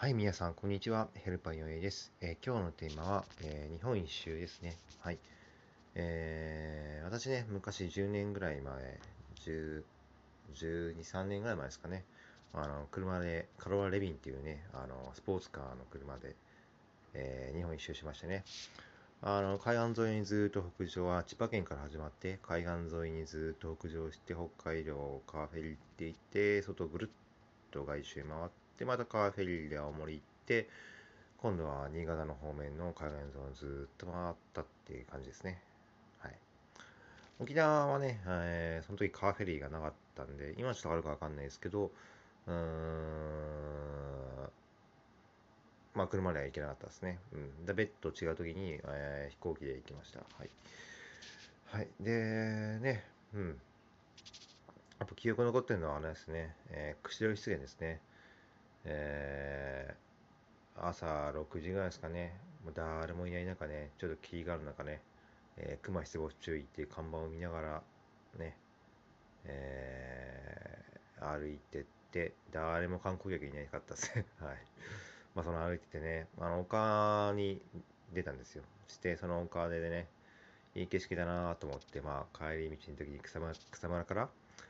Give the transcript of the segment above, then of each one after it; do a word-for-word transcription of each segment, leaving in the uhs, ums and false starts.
はい、皆さん、こんにちは。ヘルパーよえです。えー今日のテーマは、えー日本一周ですね。はい。えー私ね、昔じゅうねんぐらい前、じゅう、じゅうに、さんねんぐらい前ですかね。あの、車で、カローラレビンっていうね、あの、スポーツカーの車で、えー日本一周しましてね。あの、海岸沿いにずっと北上は、千葉県から始まって、海岸沿いにずっと北上して、北海道カーフェリーって行って、外ぐるっと外周回って、またカーフェリーで青森行って、今度は新潟の方面の海岸沿いをずっと回ったっていう感じですね。はい。沖縄はね、えーその時カーフェリーがなかったんで、今ちょっとあるかわかんないですけど、うーん、まあ車では行けなかったですね。うん。で、別途違う時に、えー飛行機で行きました。はい。はい。で、ね、うん。あと記憶に残ってるのはあれですね、えー、釧路湿原ですね。えー朝ろくじぐらいですかね。もう誰もいない中ね、ちょっと霧がある中ね、えー、熊出没注意っていう看板を見ながら、ね、えー歩いてって、誰も観光客いなかったですね。はい。まあ、その歩いててね、あの、丘に出たんですよ。して、その丘でね、いい景色だなと思って、まあ、帰り道の時に草むら草むらから、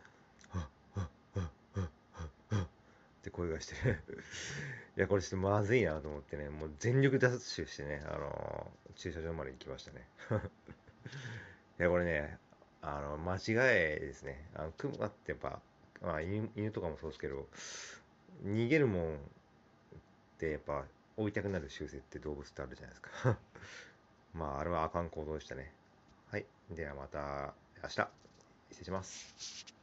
って声がしてねいや、これちょっとまずいなと思ってね、もう全力ダッシュしてね、あのー駐車場まで行きましたね。いや、これね、あの、間違いですね。あの、クマってやっぱ、まあ、犬、犬とかもそうですけど、逃げるもんってやっぱ、追いたくなる習性って動物ってあるじゃないですか。まあ、あれはあかん行動でしたね。はい。ではまた明日、失礼します。